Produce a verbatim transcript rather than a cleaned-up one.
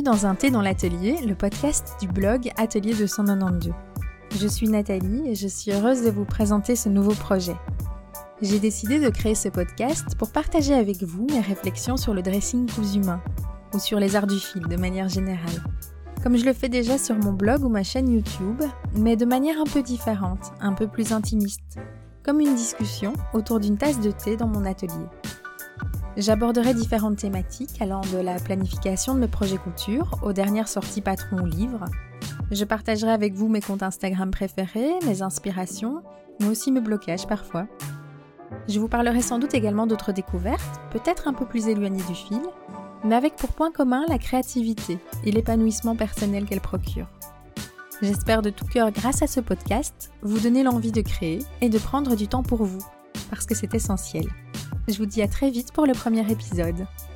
dans Un thé dans l'atelier, le podcast du blog Atelier deux cent quatre-vingt-douze. Je suis Nathalie et je suis heureuse de vous présenter ce nouveau projet. J'ai décidé de créer ce podcast pour partager avec vous mes réflexions sur le dressing cousu main, ou sur les arts du fil de manière générale. Comme je le fais déjà sur mon blog ou ma chaîne YouTube, mais de manière un peu différente, un peu plus intimiste, comme une discussion autour d'une tasse de thé dans mon atelier. J'aborderai différentes thématiques allant de la planification de mes projets couture aux dernières sorties patrons ou livres. Je partagerai avec vous mes comptes Instagram préférés, mes inspirations, mais aussi mes blocages parfois. Je vous parlerai sans doute également d'autres découvertes, peut-être un peu plus éloignées du fil, mais avec pour point commun la créativité et l'épanouissement personnel qu'elle procure. J'espère de tout cœur, grâce à ce podcast, vous donner l'envie de créer et de prendre du temps pour vous, parce que c'est essentiel. Je vous dis à très vite pour le premier épisode.